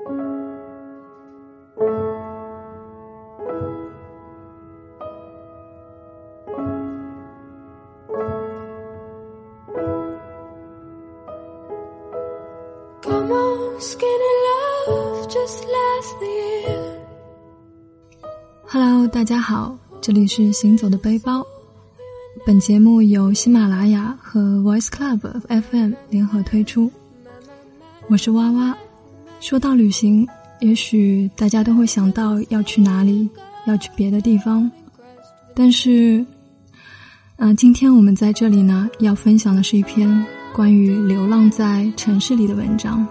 Hello， 大家好，这里是行走的背包。本节目由喜马拉雅和 Voice Club FM 联合推出。我是娃娃。说到旅行，也许大家都会想到要去哪里，要去别的地方。但是今天我们在这里呢，要分享的是一篇关于流浪在城市里的文章。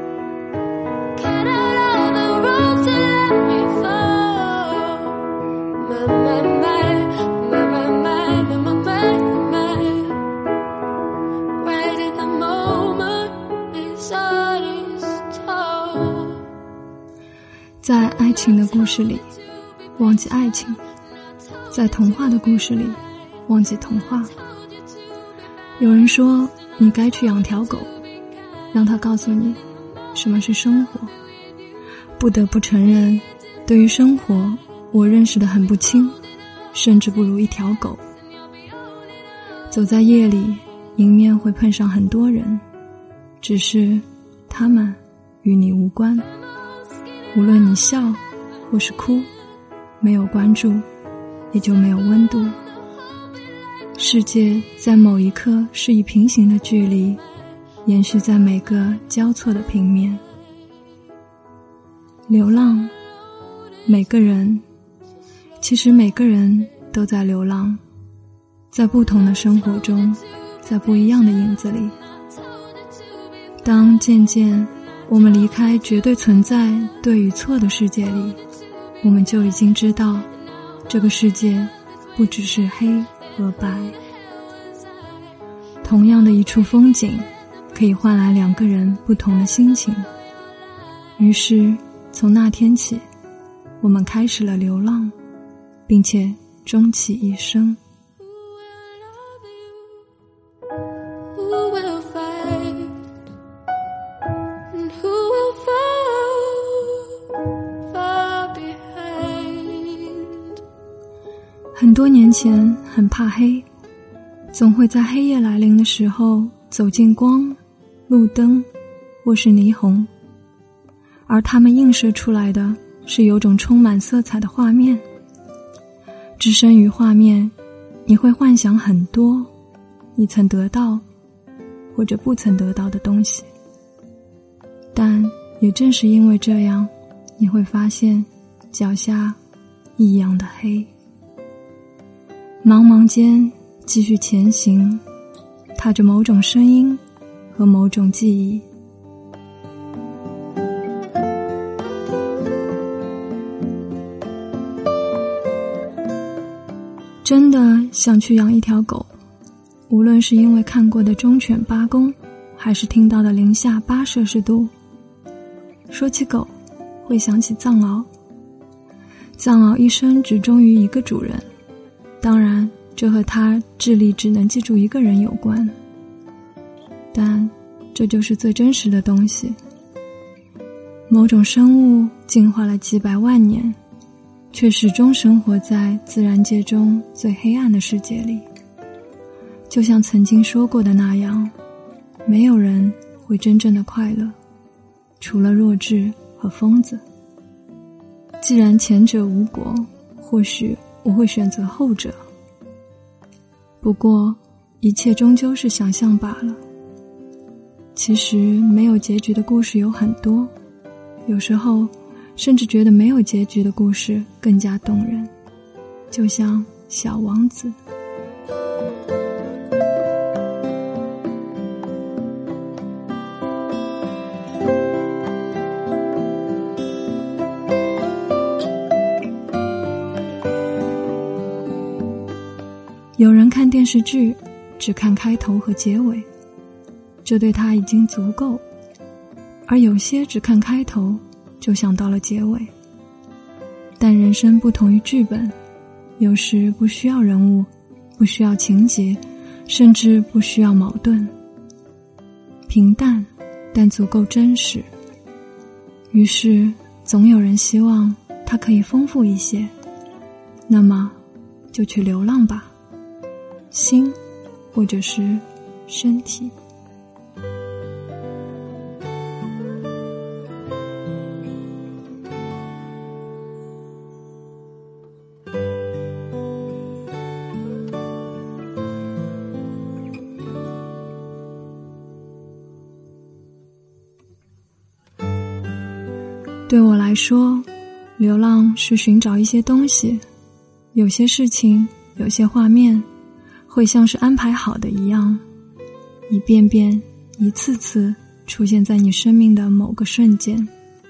在爱情的故事里忘记爱情，在童话的故事里忘记童话。有人说你该去养条狗，让它告诉你什么是生活。不得不承认，对于生活我认识得很不清，甚至不如一条狗。走在夜里，迎面会碰上很多人，只是他们与你无关。无论你笑或是哭，没有关注，也就没有温度。世界在某一刻是以平行的距离，延续在每个交错的平面。流浪，其实每个人都在流浪，在不同的生活中，在不一样的影子里。当渐渐我们离开绝对存在对与错的世界里，我们就已经知道，这个世界不只是黑和白。同样的一处风景，可以换来两个人不同的心情。于是，从那天起，我们开始了流浪，并且终其一生。很多年前很怕黑，总会在黑夜来临的时候走进光、路灯或是霓虹，而它们映射出来的是有种充满色彩的画面。置身于画面，你会幻想很多你曾得到或者不曾得到的东西，但也正是因为这样，你会发现脚下异样的黑。茫茫间继续前行，踏着某种声音和某种记忆。真的想去养一条狗，无论是因为看过的忠犬八公，还是听到的零下8摄氏度。说起狗，会想起藏獒。藏獒一生只忠于一个主人，当然这和他智力只能记住一个人有关，但这就是最真实的东西。某种生物进化了几百万年，却始终生活在自然界中最黑暗的世界里。就像曾经说过的那样，没有人会真正的快乐，除了弱智和疯子。既然前者无果，或许我会选择后者。不过一切终究是想象罢了。其实没有结局的故事有很多，有时候甚至觉得没有结局的故事更加动人，就像小王子。有人看电视剧只看开头和结尾，这对他已经足够，而有些只看开头就想到了结尾。但人生不同于剧本，有时不需要人物，不需要情节，甚至不需要矛盾，平淡但足够真实。 于是总有人希望它可以丰富一些，那么就去流浪吧，心或者是身体。对我来说，流浪是寻找一些东西，有些事情，有些画面，会像是安排好的一样，一遍遍，一次次出现在你生命的某个瞬间。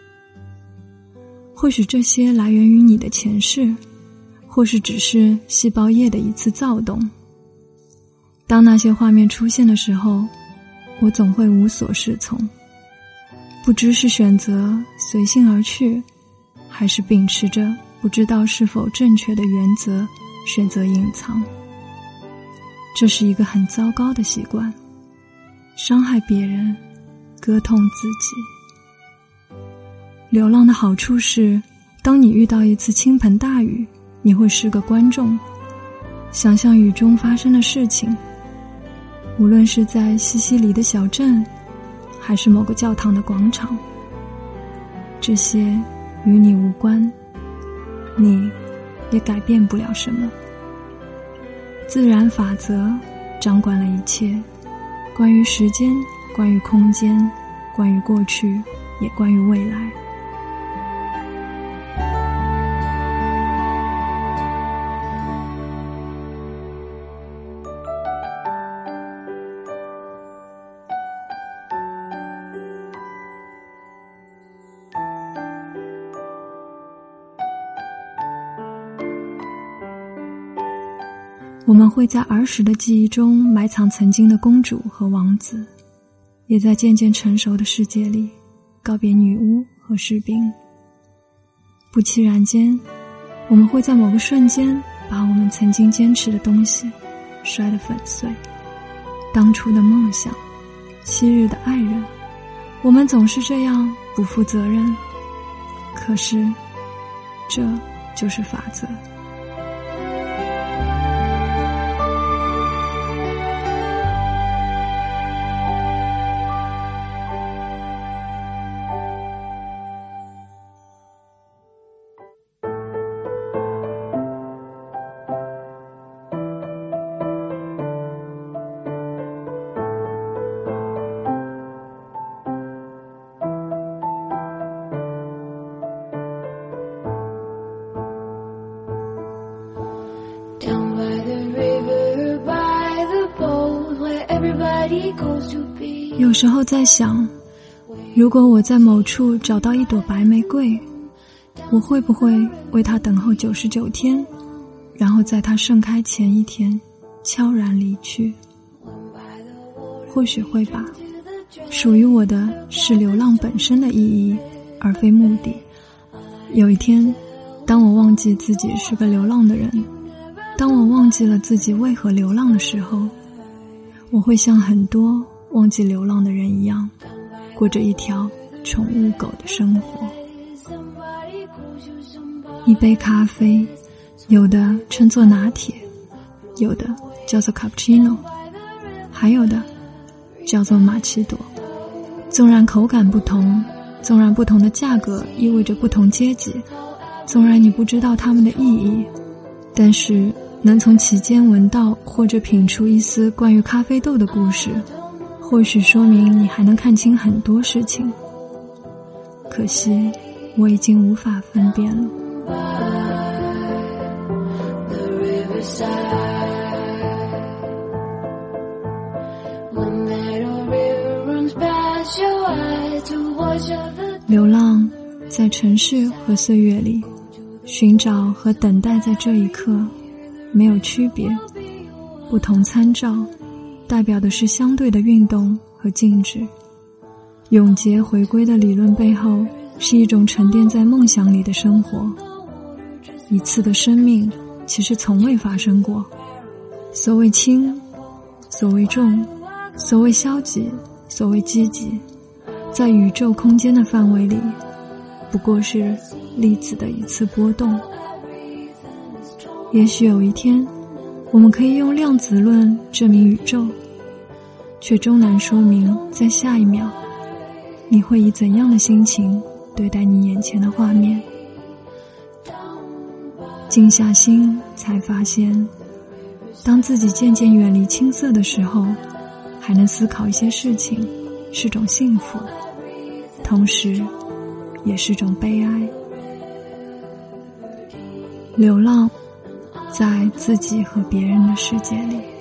或许这些来源于你的前世，或是只是细胞液的一次躁动。当那些画面出现的时候，我总会无所适从，不知是选择随性而去，还是秉持着不知道是否正确的原则选择隐藏。这是一个很糟糕的习惯，伤害别人，割痛自己。流浪的好处是，当你遇到一次倾盆大雨，你会是个观众，想象雨中发生的事情，无论是在西西里的小镇，还是某个教堂的广场，这些与你无关，你也改变不了什么。自然法则掌管了一切，关于时间，关于空间，关于过去，也关于未来。我们会在儿时的记忆中埋藏曾经的公主和王子，也在渐渐成熟的世界里告别女巫和士兵。不期然间，我们会在某个瞬间把我们曾经坚持的东西摔得粉碎，当初的梦想，昔日的爱人，我们总是这样不负责任，可是这就是法则。有时候在想，如果我在某处找到一朵白玫瑰，我会不会为它等候99天，然后在它盛开前一天悄然离去？或许会吧。属于我的是流浪本身的意义，而非目的。有一天，当我忘记自己是个流浪的人，当我忘记了自己为何流浪的时候，我会像很多忘记流浪的人一样，过着一条宠物狗的生活。一杯咖啡，有的称作拿铁，有的叫做卡布奇诺，还有的叫做玛奇朵。纵然口感不同，纵然不同的价格意味着不同阶级，纵然你不知道它们的意义，但是能从其间闻到或者品出一丝关于咖啡豆的故事，或许说明你还能看清很多事情。可惜我已经无法分辨了。流浪在城市和岁月里，寻找和等待在这一刻没有区别，不同参照代表的是相对的运动和静止。永劫回归的理论背后是一种沉淀在梦想里的生活。一次的生命其实从未发生过。所谓轻，所谓重，所谓消极，所谓积极，在宇宙空间的范围里， 不过是粒子的一次波动。也许有一天，我们可以用量子论证明宇宙，却终难说明在下一秒，你会以怎样的心情对待你眼前的画面。静下心，才发现，当自己渐渐远离青涩的时候，还能思考一些事情，是种幸福，同时也是种悲哀。流浪在自己和别人的世界里。